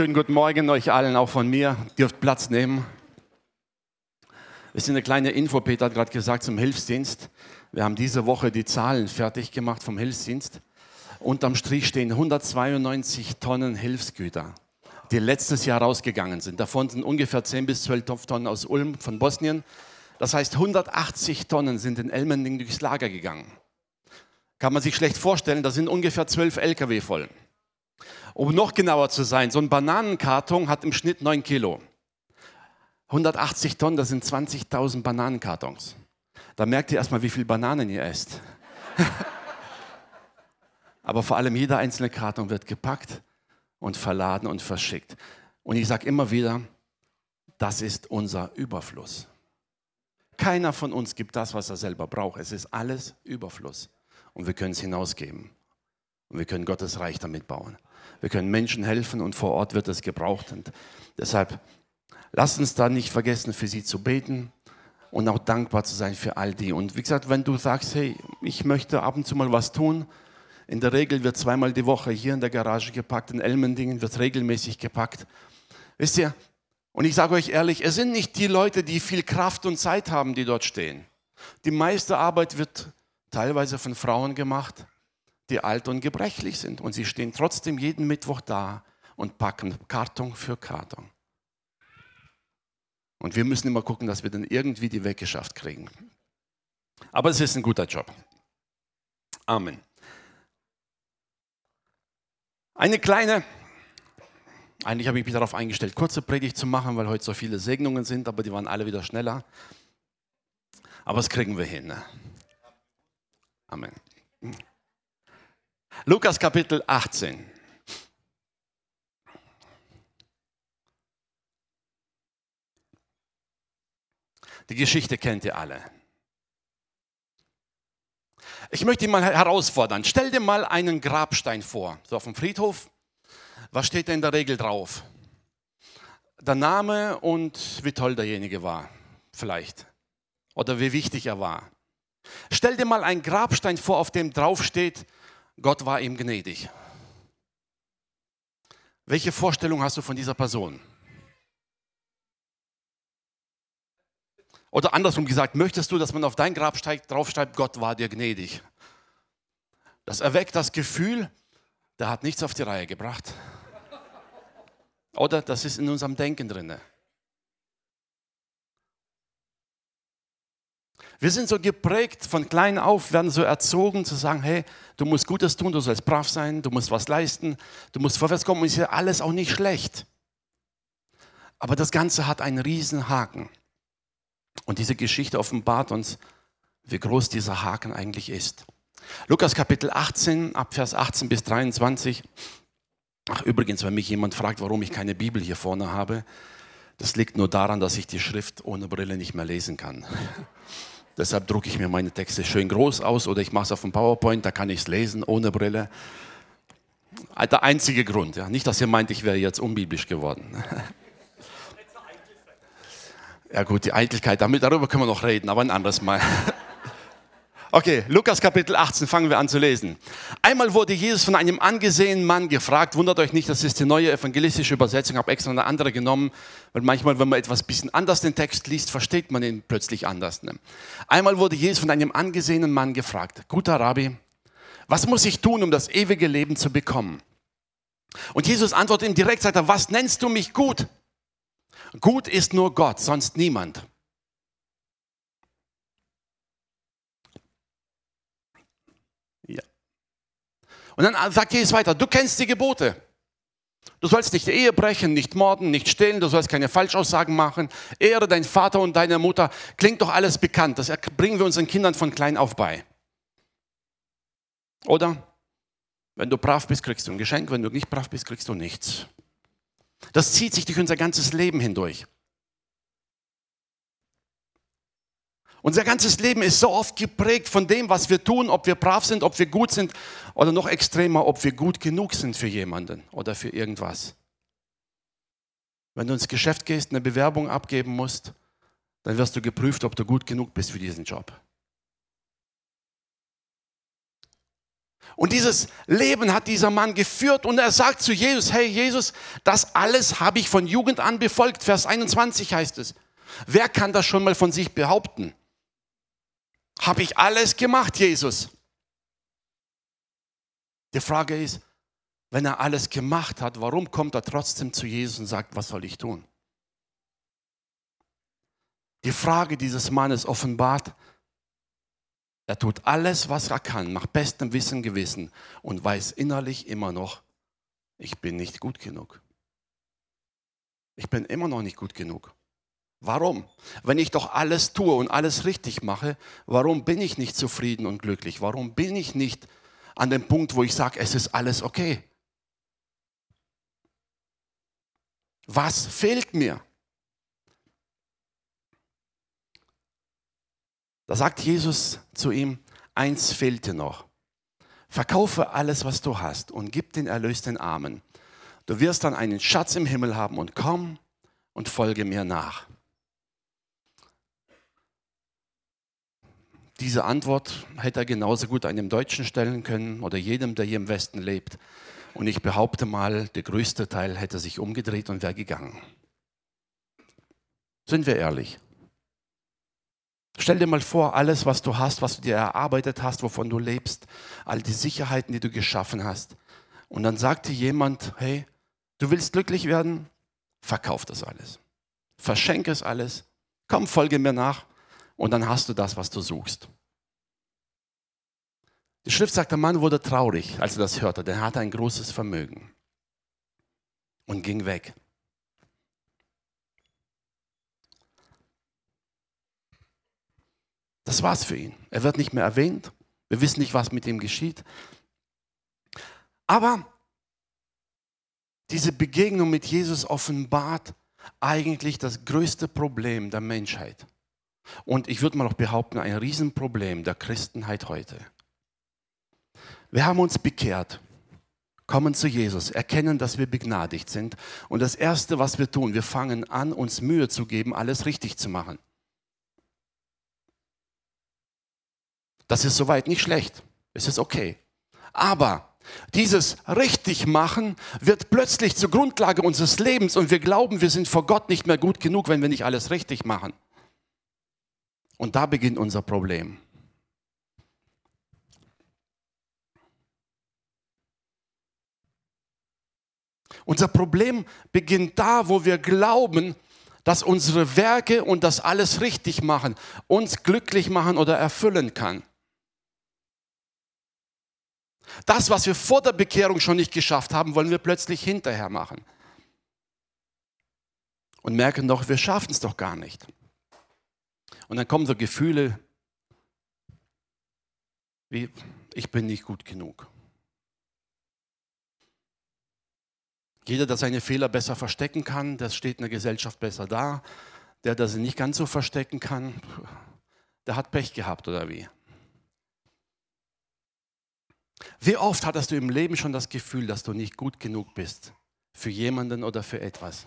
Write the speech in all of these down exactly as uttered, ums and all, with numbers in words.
Schönen guten Morgen euch allen, auch von mir. Ihr dürft Platz nehmen. Es ist eine kleine Info, Peter hat gerade gesagt, zum Hilfsdienst. Wir haben diese Woche die Zahlen fertig gemacht vom Hilfsdienst. Unterm Strich stehen hundertzweiundneunzig Tonnen Hilfsgüter, die letztes Jahr rausgegangen sind. Davon sind ungefähr zehn bis zwölf Tonnen aus Ulm von Bosnien. Das heißt, hundertachtzig Tonnen sind in Ellmending durchs Lager gegangen. Kann man sich schlecht vorstellen, da sind ungefähr zwölf L K W voll. Um noch genauer zu sein, so ein Bananenkarton hat im Schnitt neun Kilo. hundertachtzig Tonnen, das sind zwanzigtausend Bananenkartons. Da merkt ihr erstmal, wie viel Bananen ihr esst. Aber vor allem jeder einzelne Karton wird gepackt und verladen und verschickt. Und ich sage immer wieder, das ist unser Überfluss. Keiner von uns gibt das, was er selber braucht. Es ist alles Überfluss. Und wir können es hinausgeben. Und wir können Gottes Reich damit bauen. Wir können Menschen helfen und vor Ort wird es gebraucht. Und deshalb lasst uns da nicht vergessen, für sie zu beten und auch dankbar zu sein für all die. Und wie gesagt, wenn du sagst, hey, ich möchte ab und zu mal was tun, in der Regel wird zweimal die Woche hier in der Garage gepackt, in Ellmendingen wird regelmäßig gepackt. Wisst ihr, und ich sage euch ehrlich, es sind nicht die Leute, die viel Kraft und Zeit haben, die dort stehen. Die meiste Arbeit wird teilweise von Frauen gemacht, die alt und gebrechlich sind. Und sie stehen trotzdem jeden Mittwoch da und packen Karton für Karton. Und wir müssen immer gucken, dass wir dann irgendwie die weggeschafft kriegen. Aber es ist ein guter Job. Amen. Eine kleine, eigentlich habe ich mich darauf eingestellt, kurze Predigt zu machen, weil heute so viele Segnungen sind, aber die waren alle wieder schneller. Aber das kriegen wir hin. Ne? Amen. Lukas Kapitel achtzehn. Die Geschichte kennt ihr alle. Ich möchte ihn mal herausfordern. Stell dir mal einen Grabstein vor, so auf dem Friedhof. Was steht da in der Regel drauf? Der Name und wie toll derjenige war, vielleicht. Oder wie wichtig er war. Stell dir mal einen Grabstein vor, auf dem drauf steht, Gott war ihm gnädig. Welche Vorstellung hast du von dieser Person? Oder andersrum gesagt, möchtest du, dass man auf dein Grabstein draufschreibt, Gott war dir gnädig? Das erweckt das Gefühl, der hat nichts auf die Reihe gebracht. Oder das ist in unserem Denken drin. Wir sind so geprägt, von klein auf werden so erzogen zu sagen, hey, du musst Gutes tun, du sollst brav sein, du musst was leisten, du musst vorwärts kommen und ist ja alles auch nicht schlecht. Aber das Ganze hat einen riesen Haken. Und diese Geschichte offenbart uns, wie groß dieser Haken eigentlich ist. Lukas Kapitel achtzehn, ab Vers achtzehn bis dreiundzwanzig. Ach, übrigens, wenn mich jemand fragt, warum ich keine Bibel hier vorne habe, das liegt nur daran, dass ich die Schrift ohne Brille nicht mehr lesen kann. Deshalb drucke ich mir meine Texte schön groß aus oder ich mache es auf dem PowerPoint, da kann ich es lesen ohne Brille. Der einzige Grund, ja. Nicht, dass ihr meint, ich wäre jetzt unbiblisch geworden. Ja gut, die Eitelkeit, damit, darüber können wir noch reden, aber ein anderes Mal. Okay, Lukas Kapitel achtzehn, fangen wir an zu lesen. Einmal wurde Jesus von einem angesehenen Mann gefragt, wundert euch nicht, das ist die neue evangelistische Übersetzung, ich habe extra eine andere genommen, weil manchmal, wenn man etwas bisschen anders den Text liest, versteht man ihn plötzlich anders. Ne? Einmal wurde Jesus von einem angesehenen Mann gefragt, guter Rabbi, was muss ich tun, um das ewige Leben zu bekommen? Und Jesus antwortet ihm direkt, sagt er, was nennst du mich gut? Gut ist nur Gott, sonst niemand. Ja. Und dann sagt Jesus weiter, du kennst die Gebote. Du sollst nicht die Ehe brechen, nicht morden, nicht stehlen, du sollst keine Falschaussagen machen. Ehre deinen Vater und deine Mutter. Klingt doch alles bekannt. Das bringen wir unseren Kindern von klein auf bei. Oder? Wenn du brav bist, kriegst du ein Geschenk. Wenn du nicht brav bist, kriegst du nichts. Das zieht sich durch unser ganzes Leben hindurch. Unser ganzes Leben ist so oft geprägt von dem, was wir tun, ob wir brav sind, ob wir gut sind oder noch extremer, ob wir gut genug sind für jemanden oder für irgendwas. Wenn du ins Geschäft gehst, eine Bewerbung abgeben musst, dann wirst du geprüft, ob du gut genug bist für diesen Job. Und dieses Leben hat dieser Mann geführt und er sagt zu Jesus, hey Jesus, das alles habe ich von Jugend an befolgt. Vers einundzwanzig heißt es. Wer kann das schon mal von sich behaupten? Habe ich alles gemacht, Jesus? Die Frage ist, wenn er alles gemacht hat, warum kommt er trotzdem zu Jesus und sagt, was soll ich tun? Die Frage dieses Mannes offenbart, er tut alles, was er kann, nach bestem Wissen und Gewissen und weiß innerlich immer noch, ich bin nicht gut genug. Ich bin immer noch nicht gut genug. Warum? Wenn ich doch alles tue und alles richtig mache, warum bin ich nicht zufrieden und glücklich? Warum bin ich nicht an dem Punkt, wo ich sage, es ist alles okay? Was fehlt mir? Da sagt Jesus zu ihm, eins fehlt dir noch. Verkaufe alles, was du hast und gib den Erlös den Armen. Du wirst dann einen Schatz im Himmel haben und komm und folge mir nach. Diese Antwort hätte er genauso gut einem Deutschen stellen können oder jedem, der hier im Westen lebt. Und ich behaupte mal, der größte Teil hätte sich umgedreht und wäre gegangen. Sind wir ehrlich? Stell dir mal vor, alles, was du hast, was du dir erarbeitet hast, wovon du lebst, all die Sicherheiten, die du geschaffen hast. Und dann sagt dir jemand, hey, du willst glücklich werden? Verkauf das alles. Verschenke es alles. Komm, folge mir nach. Und dann hast du das, was du suchst. Die Schrift sagt, der Mann wurde traurig, als er das hörte. Der hatte ein großes Vermögen und ging weg. Das war's für ihn. Er wird nicht mehr erwähnt. Wir wissen nicht, was mit ihm geschieht. Aber diese Begegnung mit Jesus offenbart eigentlich das größte Problem der Menschheit. Und ich würde mal auch behaupten, ein Riesenproblem der Christenheit heute. Wir haben uns bekehrt, kommen zu Jesus, erkennen, dass wir begnadigt sind. Und das Erste, was wir tun, wir fangen an, uns Mühe zu geben, alles richtig zu machen. Das ist soweit nicht schlecht. Es ist okay. Aber dieses Richtigmachen wird plötzlich zur Grundlage unseres Lebens und wir glauben, wir sind vor Gott nicht mehr gut genug, wenn wir nicht alles richtig machen. Und da beginnt unser Problem. Unser Problem beginnt da, wo wir glauben, dass unsere Werke und das alles richtig machen uns glücklich machen oder erfüllen kann. Das, was wir vor der Bekehrung schon nicht geschafft haben, wollen wir plötzlich hinterher machen. Und merken doch, wir schaffen es doch gar nicht. Und dann kommen so Gefühle wie, ich bin nicht gut genug. Jeder, der seine Fehler besser verstecken kann, der steht in der Gesellschaft besser da. Der, der sie nicht ganz so verstecken kann, der hat Pech gehabt oder wie? Wie oft hattest du im Leben schon das Gefühl, dass du nicht gut genug bist für jemanden oder für etwas?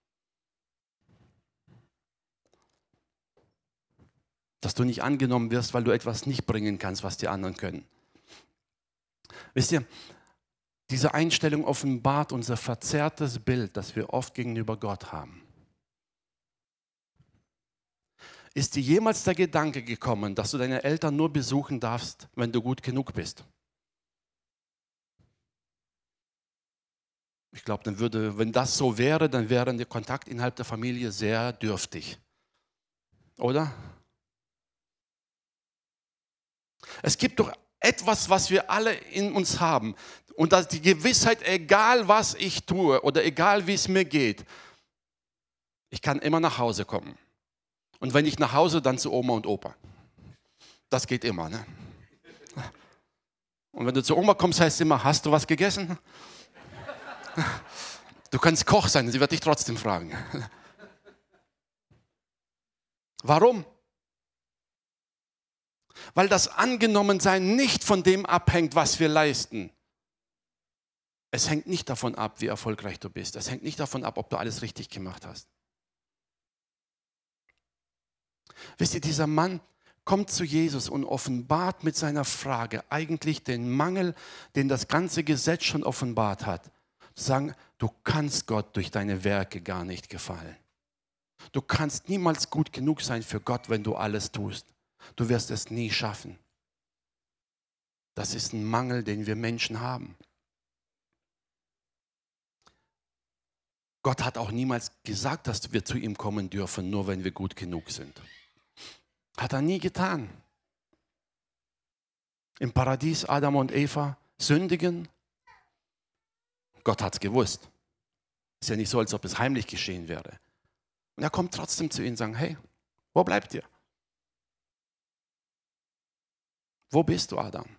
Dass du nicht angenommen wirst, weil du etwas nicht bringen kannst, was die anderen können. Wisst ihr, diese Einstellung offenbart unser verzerrtes Bild, das wir oft gegenüber Gott haben. Ist dir jemals der Gedanke gekommen, dass du deine Eltern nur besuchen darfst, wenn du gut genug bist? Ich glaube, dann würde, wenn das so wäre, dann wäre der Kontakt innerhalb der Familie sehr dürftig. Oder? Es gibt doch etwas, was wir alle in uns haben. Und das ist die Gewissheit, egal was ich tue oder egal wie es mir geht, ich kann immer nach Hause kommen. Und wenn ich nach Hause, dann zu Oma und Opa. Das geht immer, ne? Und wenn du zu Oma kommst, heißt es immer, hast du was gegessen? Du kannst Koch sein, sie wird dich trotzdem fragen. Warum? Weil das Angenommensein nicht von dem abhängt, was wir leisten. Es hängt nicht davon ab, wie erfolgreich du bist. Es hängt nicht davon ab, ob du alles richtig gemacht hast. Wisst ihr, dieser Mann kommt zu Jesus und offenbart mit seiner Frage eigentlich den Mangel, den das ganze Gesetz schon offenbart hat. Zu sagen, du kannst Gott durch deine Werke gar nicht gefallen. Du kannst niemals gut genug sein für Gott, wenn du alles tust. Du wirst es nie schaffen. Das ist ein Mangel, den wir Menschen haben. Gott hat auch niemals gesagt, dass wir zu ihm kommen dürfen, nur wenn wir gut genug sind. Hat er nie getan. Im Paradies Adam und Eva sündigen. Gott hat es gewusst. Ist ja nicht so, als ob es heimlich geschehen wäre. Und er kommt trotzdem zu ihnen und sagt, hey, wo bleibt ihr? Wo bist du, Adam?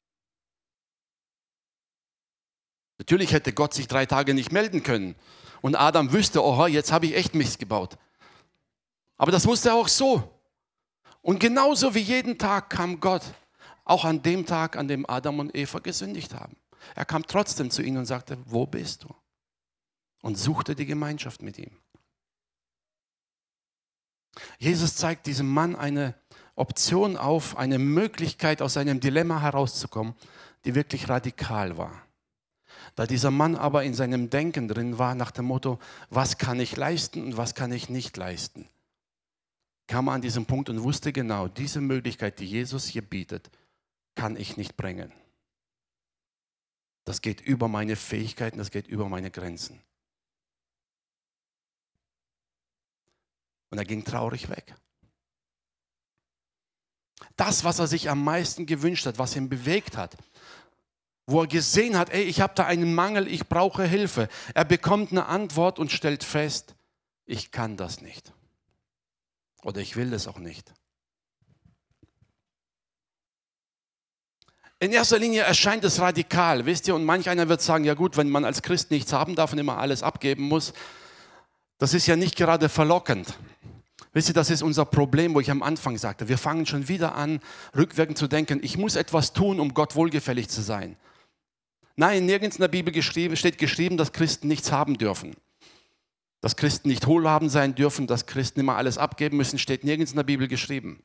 Natürlich hätte Gott sich drei Tage nicht melden können. Und Adam wüsste, oha, jetzt habe ich echt Mist gebaut. Aber das wusste er auch so. Und genauso wie jeden Tag kam Gott, auch an dem Tag, an dem Adam und Eva gesündigt haben. Er kam trotzdem zu ihnen und sagte, wo bist du? Und suchte die Gemeinschaft mit ihm. Jesus zeigt diesem Mann eine Option auf, eine Möglichkeit, aus seinem Dilemma herauszukommen, die wirklich radikal war. Da dieser Mann aber in seinem Denken drin war, nach dem Motto, was kann ich leisten und was kann ich nicht leisten, kam er an diesen Punkt und wusste genau, diese Möglichkeit, die Jesus hier bietet, kann ich nicht bringen. Das geht über meine Fähigkeiten, das geht über meine Grenzen. Und er ging traurig weg. Das, was er sich am meisten gewünscht hat, was ihn bewegt hat, wo er gesehen hat, ey, ich habe da einen Mangel, ich brauche Hilfe. Er bekommt eine Antwort und stellt fest, ich kann das nicht. Oder ich will das auch nicht. In erster Linie erscheint es radikal, wisst ihr, und manch einer wird sagen, ja gut, wenn man als Christ nichts haben darf und immer alles abgeben muss, das ist ja nicht gerade verlockend. Wisst ihr, das ist unser Problem, wo ich am Anfang sagte, wir fangen schon wieder an, rückwirkend zu denken, ich muss etwas tun, um Gott wohlgefällig zu sein. Nein, nirgends in der Bibel geschrieben, steht geschrieben, dass Christen nichts haben dürfen. Dass Christen nicht wohlhabend sein dürfen, dass Christen immer alles abgeben müssen, steht nirgends in der Bibel geschrieben.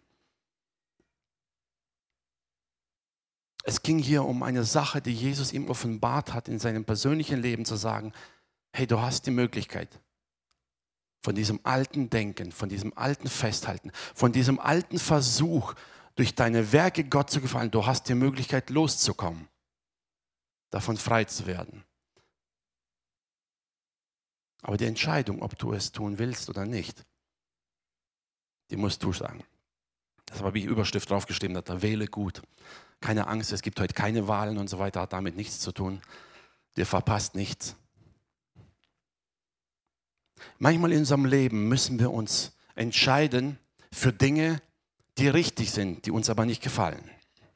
Es ging hier um eine Sache, die Jesus ihm offenbart hat in seinem persönlichen Leben, zu sagen, hey, du hast die Möglichkeit, von diesem alten Denken, von diesem alten Festhalten, von diesem alten Versuch, durch deine Werke Gott zu gefallen, du hast die Möglichkeit loszukommen, davon frei zu werden. Aber die Entscheidung, ob du es tun willst oder nicht, die musst du sagen. Das war wie Überschrift draufgeschrieben, hat, wähle gut. Keine Angst, es gibt heute keine Wahlen und so weiter, hat damit nichts zu tun. Dir verpasst nichts. Manchmal in unserem Leben müssen wir uns entscheiden für Dinge, die richtig sind, die uns aber nicht gefallen.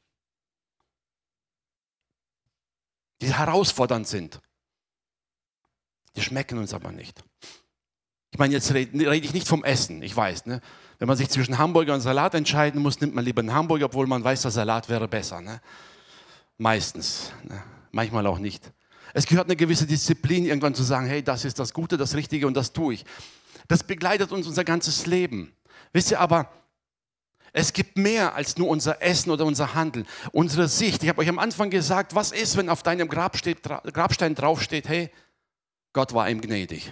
Die herausfordernd sind. Die schmecken uns aber nicht. Ich meine, jetzt rede, rede ich nicht vom Essen, ich weiß. Ne? Wenn man sich zwischen Hamburger und Salat entscheiden muss, nimmt man lieber einen Hamburger, obwohl man weiß, der Salat wäre besser. Ne? Meistens, ne? Manchmal auch nicht. Es gehört eine gewisse Disziplin, irgendwann zu sagen, hey, das ist das Gute, das Richtige und das tue ich. Das begleitet uns unser ganzes Leben. Wisst ihr aber, es gibt mehr als nur unser Essen oder unser Handeln. Unsere Sicht. Ich habe euch am Anfang gesagt, was ist, wenn auf deinem Grab steht, Grabstein draufsteht, hey, Gott war ihm gnädig.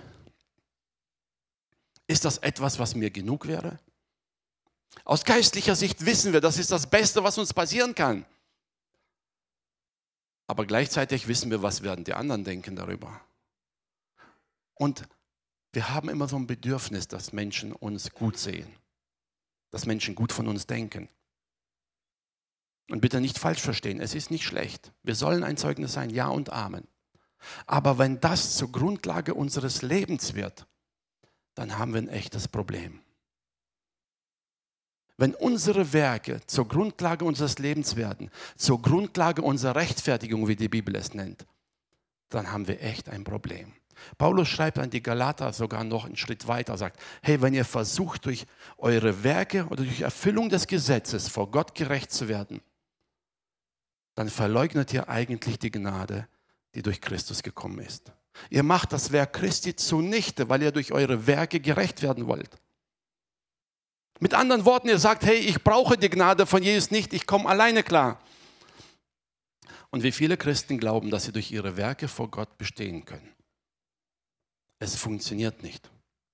Ist das etwas, was mir genug wäre? Aus geistlicher Sicht wissen wir, das ist das Beste, was uns passieren kann. Aber gleichzeitig wissen wir, was werden die anderen denken darüber. Und wir haben immer so ein Bedürfnis, dass Menschen uns gut sehen. Dass Menschen gut von uns denken. Und bitte nicht falsch verstehen, es ist nicht schlecht. Wir sollen ein Zeugnis sein, ja und Amen. Aber wenn das zur Grundlage unseres Lebens wird, dann haben wir ein echtes Problem. Wenn unsere Werke zur Grundlage unseres Lebens werden, zur Grundlage unserer Rechtfertigung, wie die Bibel es nennt, dann haben wir echt ein Problem. Paulus schreibt an die Galater sogar noch einen Schritt weiter, sagt, hey, wenn ihr versucht, durch eure Werke oder durch Erfüllung des Gesetzes vor Gott gerecht zu werden, dann verleugnet ihr eigentlich die Gnade, die durch Christus gekommen ist. Ihr macht das Werk Christi zunichte, weil ihr durch eure Werke gerecht werden wollt. Mit anderen Worten, ihr sagt, hey, ich brauche die Gnade von Jesus nicht, ich komme alleine klar. Und wie viele Christen glauben, dass sie durch ihre Werke vor Gott bestehen können. Es funktioniert nicht.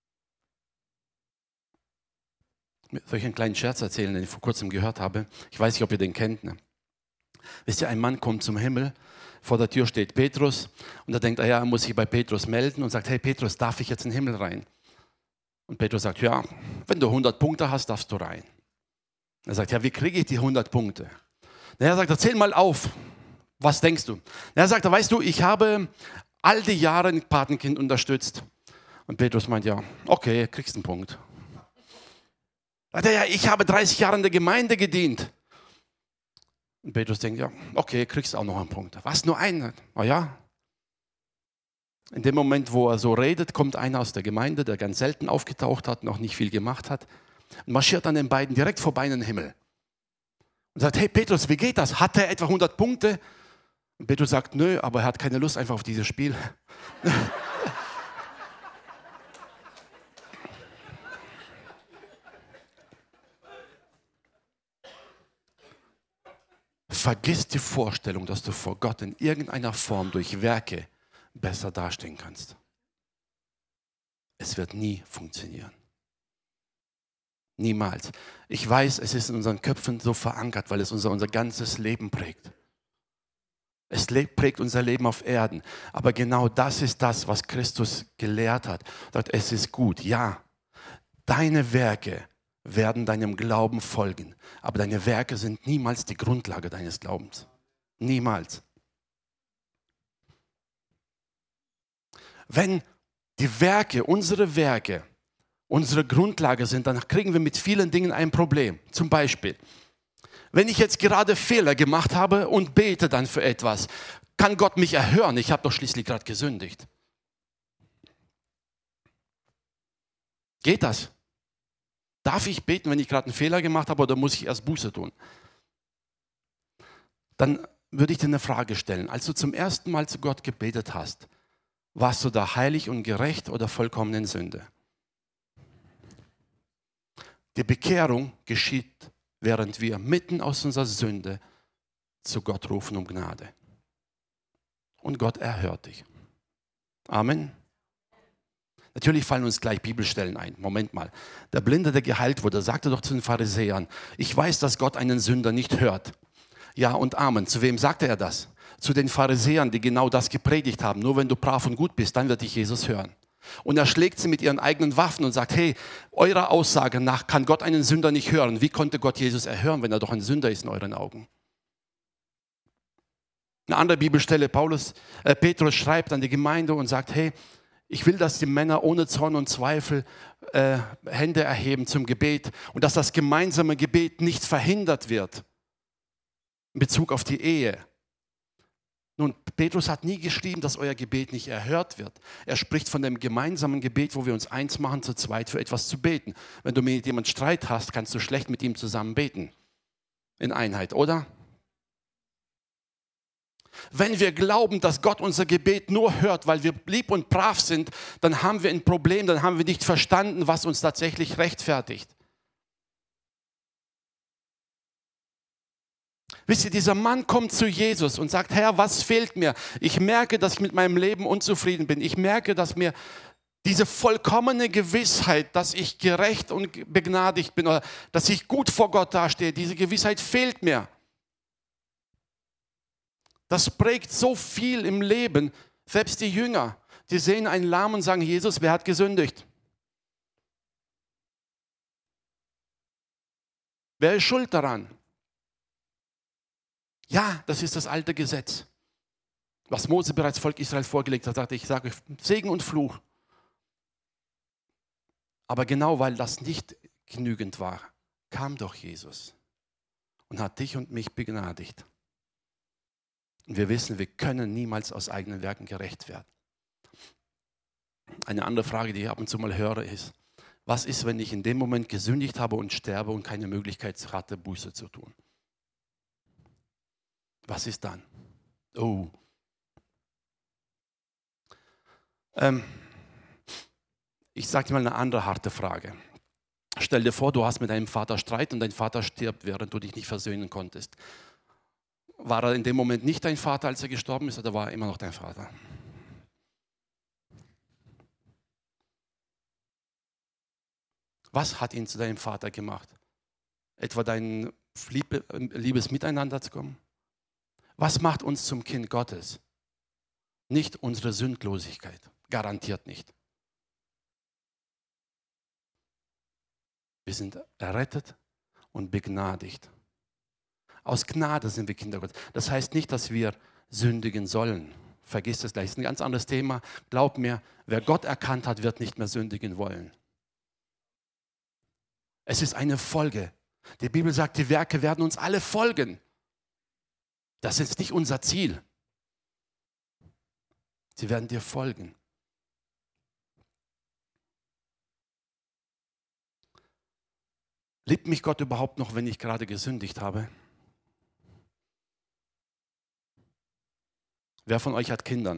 Soll ich einen kleinen Scherz erzählen, den ich vor kurzem gehört habe? Ich weiß nicht, ob ihr den kennt. Ne? Wisst ihr, ein Mann kommt zum Himmel, vor der Tür steht Petrus und er denkt, ah ja, er muss sich bei Petrus melden und sagt, hey Petrus, darf ich jetzt in den Himmel rein? Und Petrus sagt, ja, wenn du hundert Punkte hast, darfst du rein. Er sagt, ja, wie kriege ich die hundert Punkte? Na, er sagt, erzähl mal auf. Was denkst du? Er sagt, weißt du, ich habe all die Jahre ein Patenkind unterstützt. Und Petrus meint, ja, okay, kriegst einen Punkt. Sagt er, ja, ich habe dreißig Jahre in der Gemeinde gedient. Und Petrus denkt, ja, okay, kriegst auch noch einen Punkt. Was, nur einen? Na ja. In dem Moment, wo er so redet, kommt einer aus der Gemeinde, der ganz selten aufgetaucht hat, noch nicht viel gemacht hat, und marschiert an den beiden direkt vorbei in den Himmel. Und sagt, hey Petrus, wie geht das? Hat er etwa hundert Punkte? Und Petrus sagt, nö, aber er hat keine Lust einfach auf dieses Spiel. Vergiss die Vorstellung, dass du vor Gott in irgendeiner Form durch Werke besser dastehen kannst. Es wird nie funktionieren. Niemals. Ich weiß, es ist in unseren Köpfen so verankert, weil es unser, unser ganzes Leben prägt. Es prägt unser Leben auf Erden. Aber genau das ist das, was Christus gelehrt hat. Er sagt, es ist gut. Ja, deine Werke werden deinem Glauben folgen. Aber deine Werke sind niemals die Grundlage deines Glaubens. Niemals. Wenn die Werke, unsere Werke, unsere Grundlage sind, dann kriegen wir mit vielen Dingen ein Problem. Zum Beispiel, wenn ich jetzt gerade Fehler gemacht habe und bete dann für etwas, kann Gott mich erhören? Ich habe doch schließlich gerade gesündigt. Geht das? Darf ich beten, wenn ich gerade einen Fehler gemacht habe, oder muss ich erst Buße tun? Dann würde ich dir eine Frage stellen. Als du zum ersten Mal zu Gott gebetet hast, warst du da heilig und gerecht oder vollkommen in Sünde? Die Bekehrung geschieht, während wir mitten aus unserer Sünde zu Gott rufen um Gnade. Und Gott erhört dich. Amen. Natürlich fallen uns gleich Bibelstellen ein. Moment mal. Der Blinde, der geheilt wurde, sagte doch zu den Pharisäern, ich weiß, dass Gott einen Sünder nicht hört. Ja und Amen. Zu wem sagte er das? Zu den Pharisäern, die genau das gepredigt haben. Nur wenn du brav und gut bist, dann wird dich Jesus hören. Und er schlägt sie mit ihren eigenen Waffen und sagt, hey, eurer Aussage nach kann Gott einen Sünder nicht hören. Wie konnte Gott Jesus erhören, wenn er doch ein Sünder ist in euren Augen? Eine andere Bibelstelle, Paulus, äh, Petrus schreibt an die Gemeinde und sagt, hey, ich will, dass die Männer ohne Zorn und Zweifel äh, Hände erheben zum Gebet und dass das gemeinsame Gebet nicht verhindert wird in Bezug auf die Ehe. Nun, Petrus hat nie geschrieben, dass euer Gebet nicht erhört wird. Er spricht von dem gemeinsamen Gebet, wo wir uns eins machen, zu zweit für etwas zu beten. Wenn du mit jemandem Streit hast, kannst du schlecht mit ihm zusammen beten. In Einheit, oder? Wenn wir glauben, dass Gott unser Gebet nur hört, weil wir lieb und brav sind, dann haben wir ein Problem, dann haben wir nicht verstanden, was uns tatsächlich rechtfertigt. Wisst ihr, dieser Mann kommt zu Jesus und sagt, Herr, was fehlt mir? Ich merke, dass ich mit meinem Leben unzufrieden bin. Ich merke, dass mir diese vollkommene Gewissheit, dass ich gerecht und begnadigt bin oder dass ich gut vor Gott dastehe, diese Gewissheit fehlt mir. Das prägt so viel im Leben. Selbst die Jünger, die sehen einen Lahmen und sagen, Jesus, wer hat gesündigt? Wer ist schuld daran? Ja, das ist das alte Gesetz, was Mose bereits Volk Israel vorgelegt hat. Sagte, ich sage euch Segen und Fluch. Aber genau weil das nicht genügend war, kam doch Jesus und hat dich und mich begnadigt. Und wir wissen, wir können niemals aus eigenen Werken gerecht werden. Eine andere Frage, die ich ab und zu mal höre, ist, was ist, wenn ich in dem Moment gesündigt habe und sterbe und keine Möglichkeit hatte, Buße zu tun? Was ist dann? Oh. Ähm, ich sage dir mal eine andere harte Frage. Stell dir vor, du hast mit deinem Vater Streit und dein Vater stirbt, während du dich nicht versöhnen konntest. War er in dem Moment nicht dein Vater, als er gestorben ist, oder war er immer noch dein Vater? Was hat ihn zu deinem Vater gemacht? Etwa dein liebes Miteinander zu kommen? Was macht uns zum Kind Gottes? Nicht unsere Sündlosigkeit, garantiert nicht. Wir sind errettet und begnadigt. Aus Gnade sind wir Kinder Gottes. Das heißt nicht, dass wir sündigen sollen. Vergiss das gleich, das ist ein ganz anderes Thema. Glaub mir, wer Gott erkannt hat, wird nicht mehr sündigen wollen. Es ist eine Folge. Die Bibel sagt, die Werke werden uns alle folgen. Das ist nicht unser Ziel. Sie werden dir folgen. Liebt mich Gott überhaupt noch, wenn ich gerade gesündigt habe? Wer von euch hat Kinder?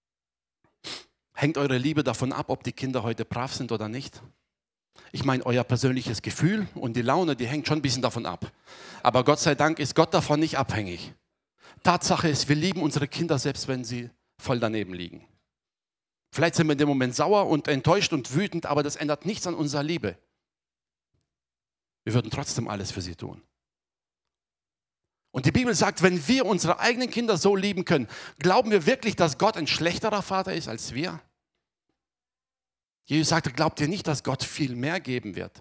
Hängt eure Liebe davon ab, ob die Kinder heute brav sind oder nicht? Ich meine, euer persönliches Gefühl und die Laune, die hängt schon ein bisschen davon ab. Aber Gott sei Dank ist Gott davon nicht abhängig. Tatsache ist, wir lieben unsere Kinder, selbst wenn sie voll daneben liegen. Vielleicht sind wir in dem Moment sauer und enttäuscht und wütend, aber das ändert nichts an unserer Liebe. Wir würden trotzdem alles für sie tun. Und die Bibel sagt, wenn wir unsere eigenen Kinder so lieben können, glauben wir wirklich, dass Gott ein schlechterer Vater ist als wir? Jesus sagte, glaubt ihr nicht, dass Gott viel mehr geben wird?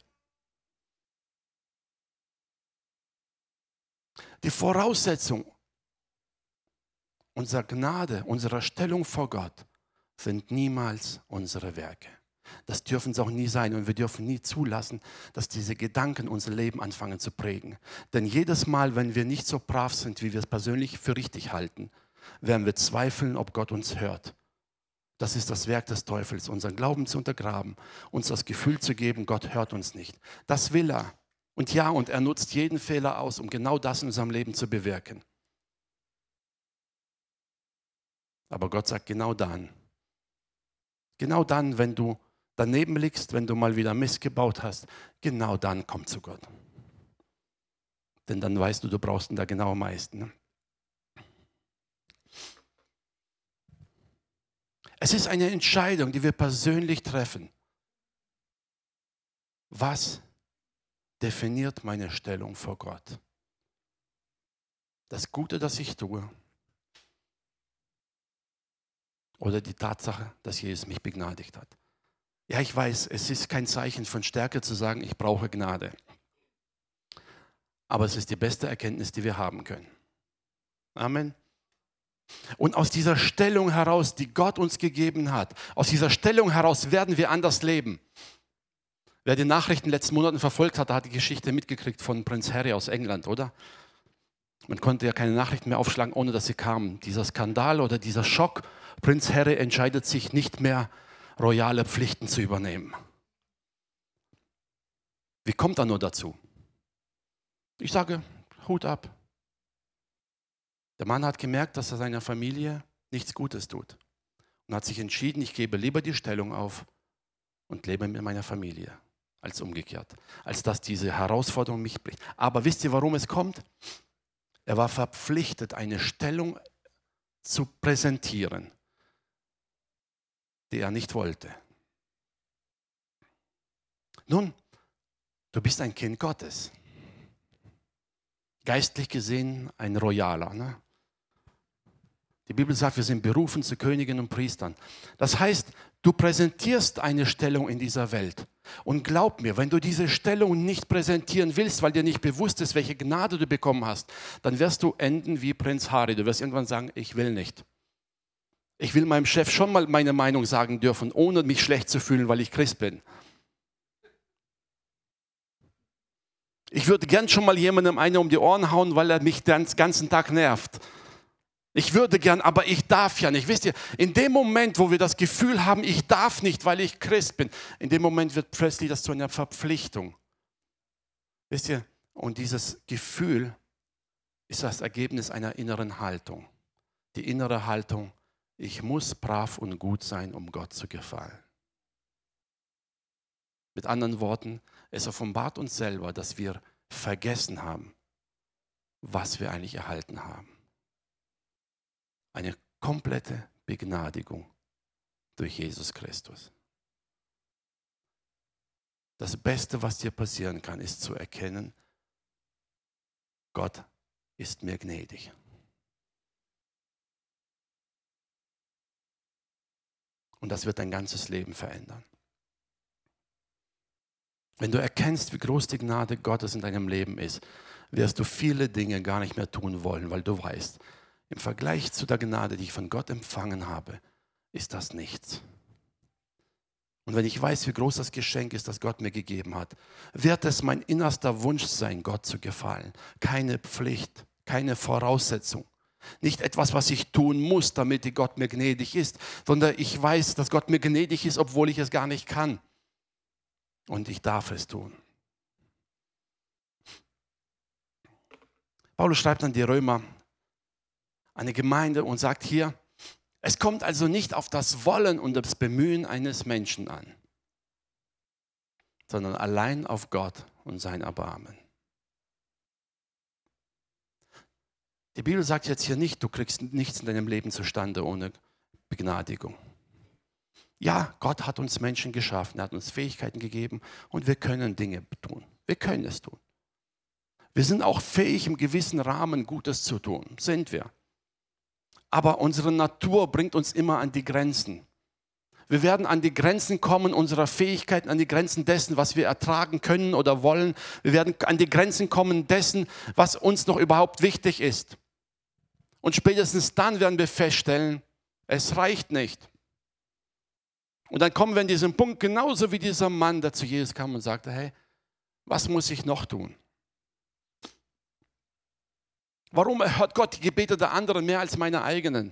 Die Voraussetzung unserer Gnade, unserer Stellung vor Gott sind niemals unsere Werke. Das dürfen es auch nie sein und wir dürfen nie zulassen, dass diese Gedanken unser Leben anfangen zu prägen. Denn jedes Mal, wenn wir nicht so brav sind, wie wir es persönlich für richtig halten, werden wir zweifeln, ob Gott uns hört. Das ist das Werk des Teufels, unseren Glauben zu untergraben, uns das Gefühl zu geben, Gott hört uns nicht. Das will er. Und ja, und er nutzt jeden Fehler aus, um genau das in unserem Leben zu bewirken. Aber Gott sagt genau dann, genau dann, wenn du daneben liegst, wenn du mal wieder Mist gebaut hast, genau dann komm zu Gott. Denn dann weißt du, du brauchst ihn da genau am meisten. Ne? Es ist eine Entscheidung, die wir persönlich treffen. Was definiert meine Stellung vor Gott? Das Gute, das ich tue, oder die Tatsache, dass Jesus mich begnadigt hat? Ja, ich weiß, es ist kein Zeichen von Stärke zu sagen, ich brauche Gnade. Aber es ist die beste Erkenntnis, die wir haben können. Amen. Und aus dieser Stellung heraus, die Gott uns gegeben hat, aus dieser Stellung heraus werden wir anders leben. Wer die Nachrichten in den letzten Monaten verfolgt hat, hat die Geschichte mitgekriegt von Prinz Harry aus England, oder? Man konnte ja keine Nachrichten mehr aufschlagen, ohne dass sie kamen. Dieser Skandal oder dieser Schock, Prinz Harry entscheidet sich nicht mehr, royale Pflichten zu übernehmen. Wie kommt er nur dazu? Ich sage, Hut ab. Der Mann hat gemerkt, dass er seiner Familie nichts Gutes tut und hat sich entschieden, ich gebe lieber die Stellung auf und lebe mit meiner Familie, als umgekehrt, als dass diese Herausforderung mich bricht. Aber wisst ihr, warum es kommt? Er war verpflichtet, eine Stellung zu präsentieren, die er nicht wollte. Nun, du bist ein Kind Gottes. Geistlich gesehen ein Royaler. Ne? Die Bibel sagt, wir sind berufen zu Königen und Priestern. Das heißt, du präsentierst eine Stellung in dieser Welt. Und glaub mir, wenn du diese Stellung nicht präsentieren willst, weil dir nicht bewusst ist, welche Gnade du bekommen hast, dann wirst du enden wie Prinz Harry. Du wirst irgendwann sagen, ich will nicht. Ich will meinem Chef schon mal meine Meinung sagen dürfen, ohne mich schlecht zu fühlen, weil ich Christ bin. Ich würde gern schon mal jemandem eine um die Ohren hauen, weil er mich den ganzen Tag nervt. Ich würde gern, aber ich darf ja nicht. Wisst ihr, in dem Moment, wo wir das Gefühl haben, ich darf nicht, weil ich Christ bin, in dem Moment wird plötzlich das zu einer Verpflichtung. Wisst ihr, und dieses Gefühl ist das Ergebnis einer inneren Haltung. Die innere Haltung, ich muss brav und gut sein, um Gott zu gefallen. Mit anderen Worten, Es offenbart uns selber, dass wir vergessen haben, was wir eigentlich erhalten haben. Eine komplette Begnadigung durch Jesus Christus. Das Beste, was dir passieren kann, ist zu erkennen, Gott ist mir gnädig. Und das wird dein ganzes Leben verändern. Wenn du erkennst, wie groß die Gnade Gottes in deinem Leben ist, wirst du viele Dinge gar nicht mehr tun wollen, weil du weißt, im Vergleich zu der Gnade, die ich von Gott empfangen habe, ist das nichts. Und wenn ich weiß, wie groß das Geschenk ist, das Gott mir gegeben hat, wird es mein innerster Wunsch sein, Gott zu gefallen. Keine Pflicht, keine Voraussetzung. Nicht etwas, was ich tun muss, damit Gott mir gnädig ist, sondern ich weiß, dass Gott mir gnädig ist, obwohl ich es gar nicht kann. Und ich darf es tun. Paulus schreibt an die Römer, eine Gemeinde, und sagt hier, es kommt also nicht auf das Wollen und das Bemühen eines Menschen an, sondern allein auf Gott und sein Erbarmen. Die Bibel sagt jetzt hier nicht, du kriegst nichts in deinem Leben zustande ohne Begnadigung. Ja, Gott hat uns Menschen geschaffen, er hat uns Fähigkeiten gegeben und wir können Dinge tun. Wir können es tun. Wir sind auch fähig, im gewissen Rahmen Gutes zu tun, sind wir. Aber unsere Natur bringt uns immer an die Grenzen. Wir werden an die Grenzen kommen unserer Fähigkeiten, an die Grenzen dessen, was wir ertragen können oder wollen. Wir werden an die Grenzen kommen dessen, was uns noch überhaupt wichtig ist. Und spätestens dann werden wir feststellen, es reicht nicht. Und dann kommen wir an diesen Punkt, genauso wie dieser Mann, der zu Jesus kam und sagte, hey, was muss ich noch tun? Warum hört Gott die Gebete der anderen mehr als meine eigenen?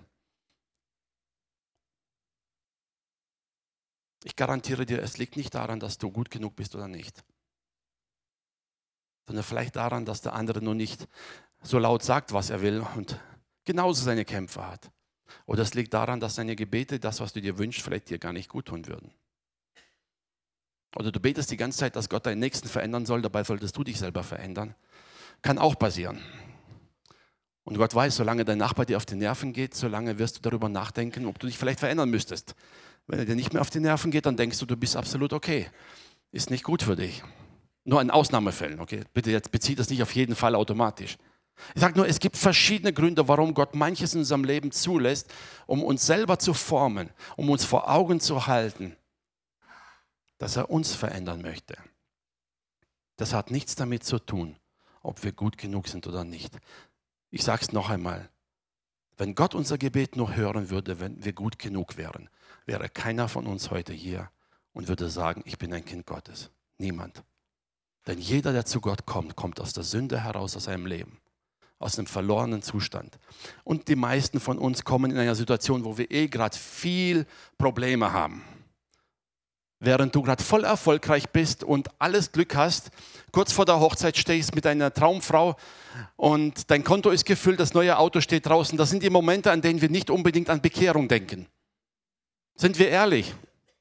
Ich garantiere dir, es liegt nicht daran, dass du gut genug bist oder nicht, sondern vielleicht daran, dass der andere nur nicht so laut sagt, was er will und genauso seine Kämpfe hat. Oder es liegt daran, dass seine Gebete, das, was du dir wünschst, vielleicht dir gar nicht gut tun würden. Oder du betest die ganze Zeit, dass Gott deinen Nächsten verändern soll, dabei solltest du dich selber verändern. Kann auch passieren. Und Gott weiß, solange dein Nachbar dir auf die Nerven geht, solange wirst du darüber nachdenken, ob du dich vielleicht verändern müsstest. Wenn er dir nicht mehr auf die Nerven geht, dann denkst du, du bist absolut okay. Ist nicht gut für dich. Nur in Ausnahmefällen, okay? Bitte jetzt bezieht das nicht auf jeden Fall automatisch. Ich sage nur, es gibt verschiedene Gründe, warum Gott manches in unserem Leben zulässt, um uns selber zu formen, um uns vor Augen zu halten, dass er uns verändern möchte. Das hat nichts damit zu tun, ob wir gut genug sind oder nicht. Ich sage es noch einmal, wenn Gott unser Gebet nur hören würde, wenn wir gut genug wären, wäre keiner von uns heute hier und würde sagen, ich bin ein Kind Gottes. Niemand. Denn jeder, der zu Gott kommt, kommt aus der Sünde heraus, aus seinem Leben, aus einem verlorenen Zustand. Und die meisten von uns kommen in einer Situation, wo wir eh gerade viel Probleme haben. Während du gerade voll erfolgreich bist und alles Glück hast, kurz vor der Hochzeit stehst mit deiner Traumfrau und dein Konto ist gefüllt, das neue Auto steht draußen. Das sind die Momente, an denen wir nicht unbedingt an Bekehrung denken. Sind wir ehrlich?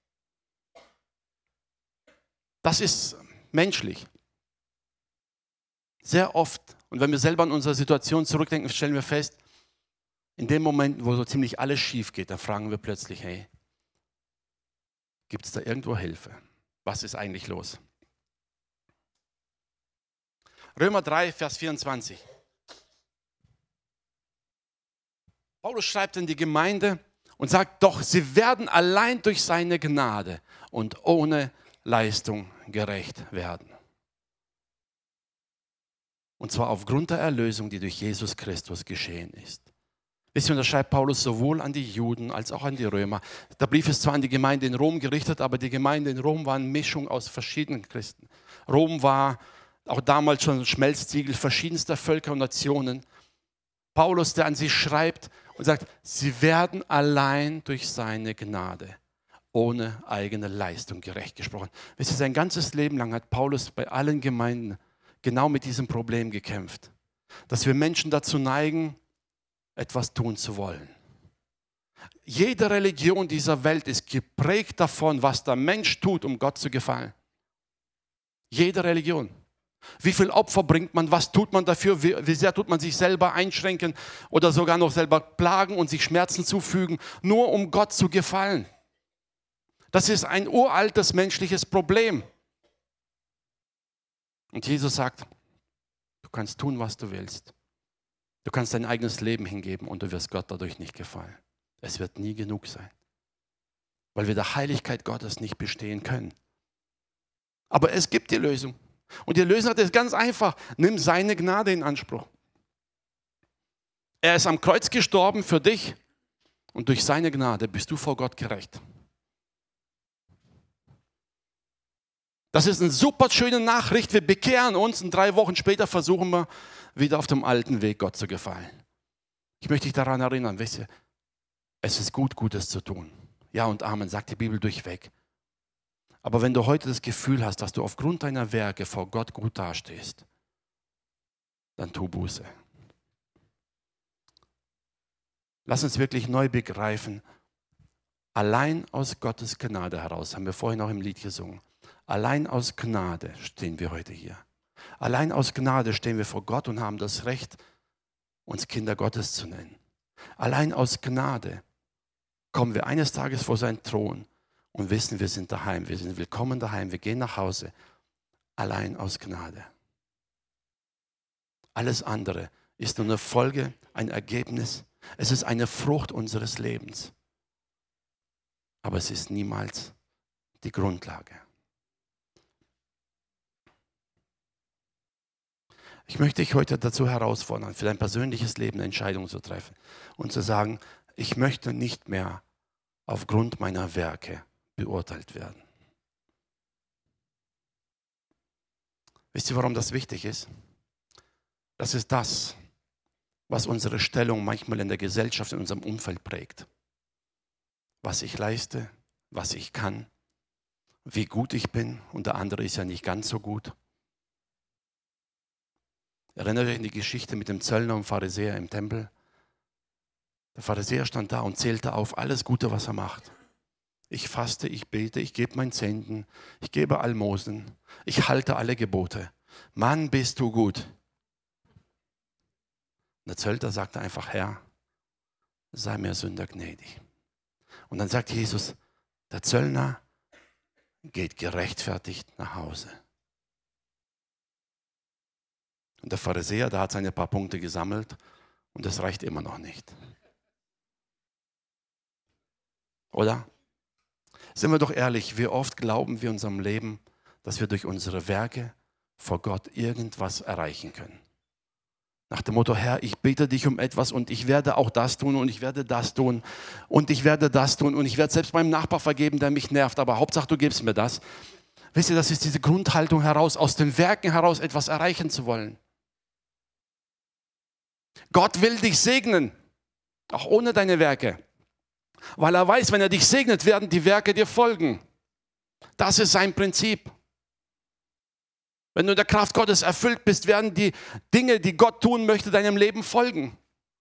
Das ist menschlich. Sehr oft, und wenn wir selber an unsere Situation zurückdenken, stellen wir fest, in dem Moment, wo so ziemlich alles schief geht, da fragen wir plötzlich, hey, gibt es da irgendwo Hilfe? Was ist eigentlich los? Römer drei, Vers vierundzwanzig. Paulus schreibt in die Gemeinde und sagt, doch sie werden allein durch seine Gnade und ohne Leistung gerecht werden. Und zwar aufgrund der Erlösung, die durch Jesus Christus geschehen ist. Wisst ihr, und das schreibt Paulus sowohl an die Juden als auch an die Römer. Der Brief ist zwar an die Gemeinde in Rom gerichtet, aber die Gemeinde in Rom war eine Mischung aus verschiedenen Christen. Rom war auch damals schon ein Schmelztiegel verschiedenster Völker und Nationen. Paulus, der an sie schreibt und sagt, sie werden allein durch seine Gnade, ohne eigene Leistung gerecht gesprochen. Wisst ihr, sein ganzes Leben lang hat Paulus bei allen Gemeinden genau mit diesem Problem gekämpft. Dass wir Menschen dazu neigen, etwas tun zu wollen. Jede Religion dieser Welt ist geprägt davon, was der Mensch tut, um Gott zu gefallen. Jede Religion. Wie viel Opfer bringt man? Was tut man dafür? Wie, wie sehr tut man sich selber einschränken oder sogar noch selber plagen und sich Schmerzen zufügen, nur um Gott zu gefallen? Das ist ein uraltes menschliches Problem. Und Jesus sagt, du kannst tun, was du willst. Du kannst dein eigenes Leben hingeben und du wirst Gott dadurch nicht gefallen. Es wird nie genug sein, weil wir der Heiligkeit Gottes nicht bestehen können. Aber es gibt die Lösung. Und die Lösung ist ganz einfach. Nimm seine Gnade in Anspruch. Er ist am Kreuz gestorben für dich und durch seine Gnade bist du vor Gott gerecht. Das ist eine super schöne Nachricht. Wir bekehren uns und drei Wochen später versuchen wir wieder auf dem alten Weg Gott zu gefallen. Ich möchte dich daran erinnern, wisst ihr, es ist gut, Gutes zu tun. Ja und Amen, sagt die Bibel durchweg. Aber wenn du heute das Gefühl hast, dass du aufgrund deiner Werke vor Gott gut dastehst, dann tu Buße. Lass uns wirklich neu begreifen, allein aus Gottes Gnade heraus, haben wir vorhin auch im Lied gesungen, allein aus Gnade stehen wir heute hier. Allein aus Gnade stehen wir vor Gott und haben das Recht, uns Kinder Gottes zu nennen. Allein aus Gnade kommen wir eines Tages vor seinen Thron und wissen, wir sind daheim, wir sind willkommen daheim, wir gehen nach Hause. Allein aus Gnade. Alles andere ist nur eine Folge, ein Ergebnis. Es ist eine Frucht unseres Lebens. Aber es ist niemals die Grundlage. Ich möchte dich heute dazu herausfordern, für dein persönliches Leben eine Entscheidung zu treffen und zu sagen, ich möchte nicht mehr aufgrund meiner Werke beurteilt werden. Wisst ihr, warum das wichtig ist? Das ist das, was unsere Stellung manchmal in der Gesellschaft, in unserem Umfeld prägt. Was ich leiste, was ich kann, wie gut ich bin und der andere ist ja nicht ganz so gut. Erinnert euch an die Geschichte mit dem Zöllner und Pharisäer im Tempel? Der Pharisäer stand da und zählte auf alles Gute, was er macht. Ich faste, ich bete, ich gebe mein Zehnten, ich gebe Almosen, ich halte alle Gebote. Mann, bist du gut. Und der Zöllner sagte einfach, Herr, sei mir Sünder gnädig. Und dann sagt Jesus, der Zöllner geht gerechtfertigt nach Hause. Und der Pharisäer, der hat seine paar Punkte gesammelt und das reicht immer noch nicht. Oder? Sind wir doch ehrlich, wie oft glauben wir in unserem Leben, dass wir durch unsere Werke vor Gott irgendwas erreichen können. Nach dem Motto, Herr, ich bete dich um etwas und ich werde auch das tun und ich werde das tun und ich werde das tun und ich werde selbst meinem Nachbar vergeben, der mich nervt, aber Hauptsache du gibst mir das. Wisst ihr, das ist diese Grundhaltung heraus, aus den Werken heraus etwas erreichen zu wollen. Gott will dich segnen, auch ohne deine Werke. Weil er weiß, wenn er dich segnet, werden die Werke dir folgen. Das ist sein Prinzip. Wenn du in der Kraft Gottes erfüllt bist, werden die Dinge, die Gott tun möchte, deinem Leben folgen.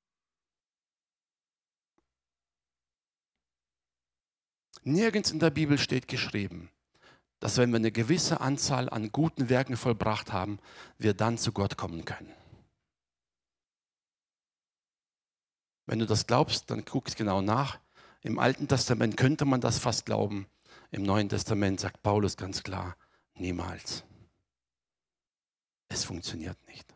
Nirgends in der Bibel steht geschrieben, dass wenn wir eine gewisse Anzahl an guten Werken vollbracht haben, wir dann zu Gott kommen können. Wenn du das glaubst, dann guck genau nach. Im Alten Testament könnte man das fast glauben. Im Neuen Testament sagt Paulus ganz klar, niemals. Es funktioniert nicht.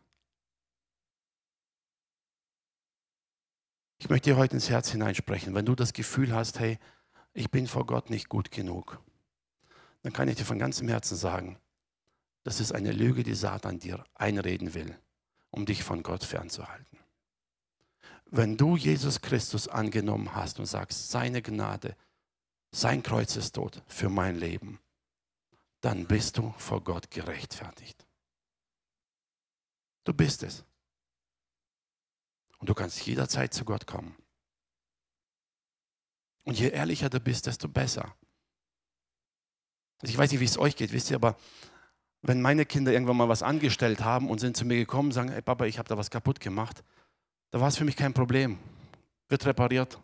Ich möchte dir heute ins Herz hineinsprechen. Wenn du das Gefühl hast, hey, ich bin vor Gott nicht gut genug, dann kann ich dir von ganzem Herzen sagen, das ist eine Lüge, die Satan dir einreden will, um dich von Gott fernzuhalten. Wenn du Jesus Christus angenommen hast und sagst, seine Gnade, sein Kreuz ist tot für mein Leben, dann bist du vor Gott gerechtfertigt. Du bist es. Und du kannst jederzeit zu Gott kommen. Und je ehrlicher du bist, desto besser. Also ich weiß nicht, wie es euch geht, wisst ihr, aber wenn meine Kinder irgendwann mal was angestellt haben und sind zu mir gekommen und sagen, hey Papa, ich habe da was kaputt gemacht, da war es für mich kein Problem. Wird repariert.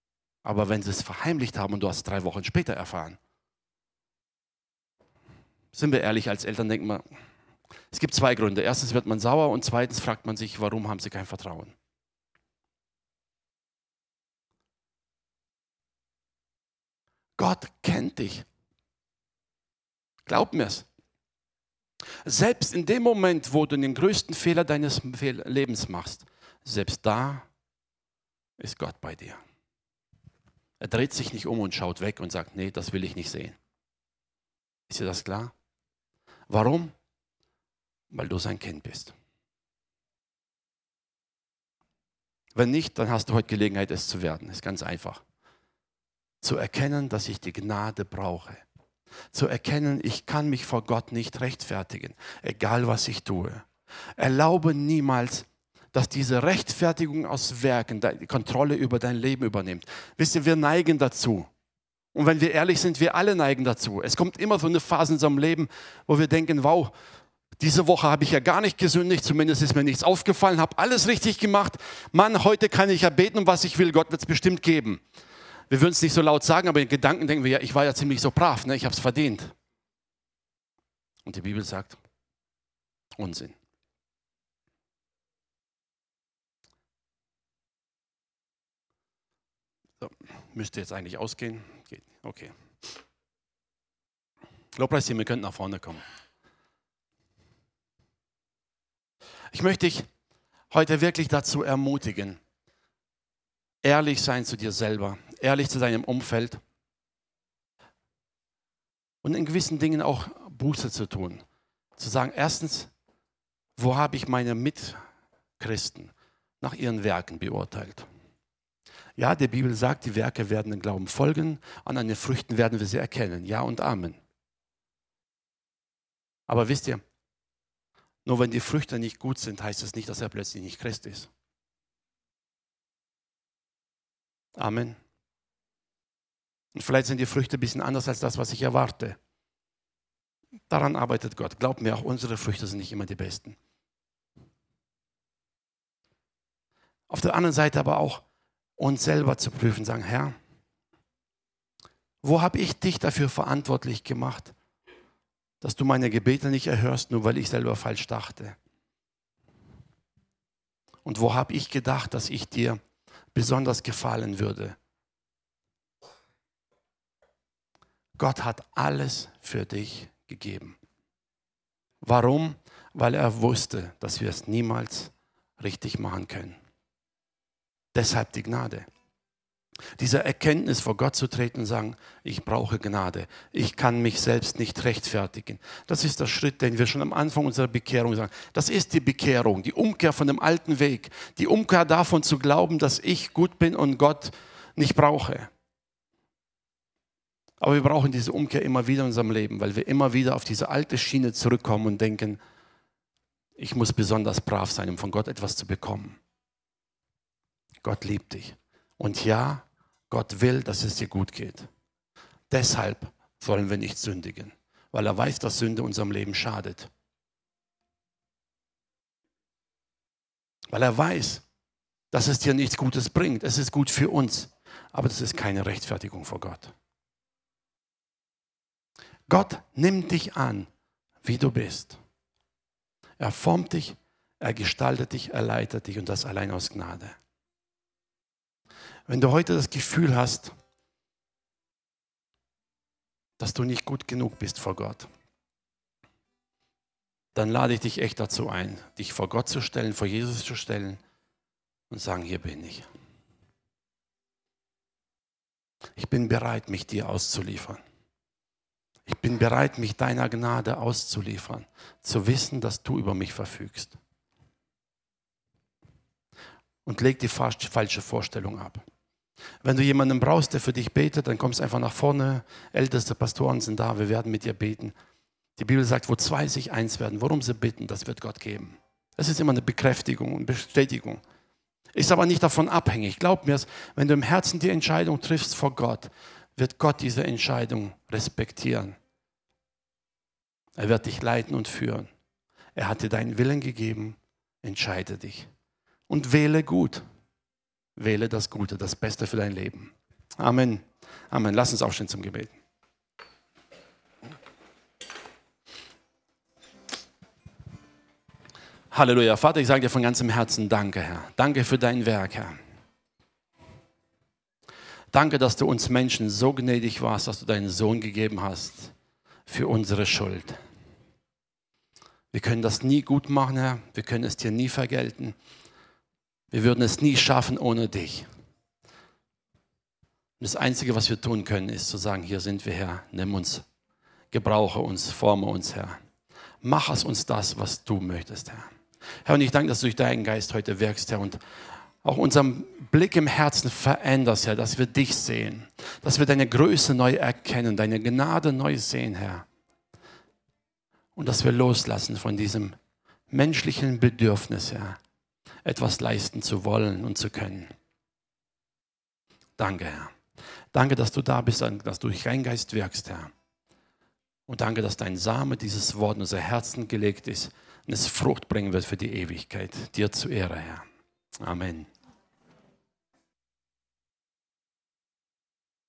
Aber wenn sie es verheimlicht haben und du hast es drei Wochen später erfahren, Sind wir ehrlich, als Eltern denken wir, es gibt zwei Gründe. Erstens wird man sauer und zweitens fragt man sich, warum haben sie kein Vertrauen? Gott kennt dich. Glaub mir's. Selbst in dem Moment, wo du den größten Fehler deines Lebens machst, selbst da ist Gott bei dir. Er dreht sich nicht um und schaut weg und sagt, nee, das will ich nicht sehen. Ist dir das klar? Warum? Weil du sein Kind bist. Wenn nicht, dann hast du heute Gelegenheit, es zu werden. Ist ganz einfach. Zu erkennen, dass ich die Gnade brauche. Zu erkennen, ich kann mich vor Gott nicht rechtfertigen, egal was ich tue. Erlaube niemals, dass diese Rechtfertigung aus Werken die Kontrolle über dein Leben übernimmt. Wisst ihr, wir neigen dazu. Und wenn wir ehrlich sind, wir alle neigen dazu. Es kommt immer so eine Phase in unserem Leben, wo wir denken, wow, diese Woche habe ich ja gar nicht gesündigt, zumindest ist mir nichts aufgefallen, habe alles richtig gemacht. Mann, heute kann ich ja beten, um was ich will, Gott wird es bestimmt geben. Wir würden es nicht so laut sagen, aber in Gedanken denken wir, ja, ich war ja ziemlich so brav, ne? Ich habe es verdient. Und die Bibel sagt, Unsinn. So, müsste jetzt eigentlich ausgehen. Geht. Okay. Lobpreisteam, ihr könnt nach vorne kommen. Ich möchte dich heute wirklich dazu ermutigen, ehrlich sein zu dir selber, ehrlich zu deinem Umfeld und in gewissen Dingen auch Buße zu tun. Zu sagen, erstens, wo habe ich meine Mitchristen nach ihren Werken beurteilt? Ja, die Bibel sagt, die Werke werden den Glauben folgen, und an den Früchten werden wir sie erkennen. Ja und Amen. Aber wisst ihr, nur wenn die Früchte nicht gut sind, heißt es nicht, dass er plötzlich nicht Christ ist. Amen. Und vielleicht sind die Früchte ein bisschen anders als das, was ich erwarte. Daran arbeitet Gott. Glaubt mir, auch unsere Früchte sind nicht immer die besten. Auf der anderen Seite aber auch uns selber zu prüfen, sagen, Herr, wo habe ich dich dafür verantwortlich gemacht, dass du meine Gebete nicht erhörst, nur weil ich selber falsch dachte? Und wo habe ich gedacht, dass ich dir besonders gefallen würde? Gott hat alles für dich gegeben. Warum? Weil er wusste, dass wir es niemals richtig machen können. Deshalb die Gnade. Diese Erkenntnis, vor Gott zu treten und sagen, ich brauche Gnade. Ich kann mich selbst nicht rechtfertigen. Das ist der Schritt, den wir schon am Anfang unserer Bekehrung sagen. Das ist die Bekehrung, die Umkehr von dem alten Weg. Die Umkehr davon zu glauben, dass ich gut bin und Gott nicht brauche. Aber wir brauchen diese Umkehr immer wieder in unserem Leben, weil wir immer wieder auf diese alte Schiene zurückkommen und denken, ich muss besonders brav sein, um von Gott etwas zu bekommen. Gott liebt dich. Und ja, Gott will, dass es dir gut geht. Deshalb sollen wir nicht sündigen, weil er weiß, dass Sünde unserem Leben schadet. Weil er weiß, dass es dir nichts Gutes bringt. Es ist gut für uns, aber das ist keine Rechtfertigung vor Gott. Gott nimmt dich an, wie du bist. Er formt dich, er gestaltet dich, er leitet dich und das allein aus Gnade. Wenn du heute das Gefühl hast, dass du nicht gut genug bist vor Gott, dann lade ich dich echt dazu ein, dich vor Gott zu stellen, vor Jesus zu stellen und sagen, hier bin ich. Ich bin bereit, mich dir auszuliefern. Ich bin bereit, mich deiner Gnade auszuliefern, zu wissen, dass du über mich verfügst. Und leg die falsche Vorstellung ab. Wenn du jemanden brauchst, der für dich betet, dann kommst du einfach nach vorne. Älteste Pastoren sind da, wir werden mit dir beten. Die Bibel sagt, wo zwei sich eins werden, worum sie bitten, das wird Gott geben. Das ist immer eine Bekräftigung und Bestätigung. Ist aber nicht davon abhängig. Glaub mir, wenn du im Herzen die Entscheidung triffst vor Gott, wird Gott diese Entscheidung respektieren. Er wird dich leiten und führen. Er hat dir deinen Willen gegeben, entscheide dich. Und wähle gut. Wähle das Gute, das Beste für dein Leben. Amen. Amen. Lass uns aufstehen zum Gebet. Halleluja. Vater, ich sage dir von ganzem Herzen Danke, Herr. Danke für dein Werk, Herr. Danke, dass du uns Menschen so gnädig warst, dass du deinen Sohn gegeben hast für unsere Schuld. Wir können das nie gut machen, Herr. Wir können es dir nie vergelten. Wir würden es nie schaffen ohne dich. Und das Einzige, was wir tun können, ist zu sagen, hier sind wir, Herr. Nimm uns, gebrauche uns, forme uns, Herr. Mach aus uns das, was du möchtest, Herr. Herr, und ich danke, dass du durch deinen Geist heute wirkst, Herr, und auch unseren Blick im Herzen veränderst, Herr, dass wir dich sehen, dass wir deine Größe neu erkennen, deine Gnade neu sehen, Herr. Und dass wir loslassen von diesem menschlichen Bedürfnis, Herr, etwas leisten zu wollen und zu können. Danke, Herr. Danke, dass du da bist, dass du durch deinen Geist wirkst, Herr. Und danke, dass dein Same, dieses Wort in unser Herzen gelegt ist und es Frucht bringen wird für die Ewigkeit. Dir zur Ehre, Herr. Amen.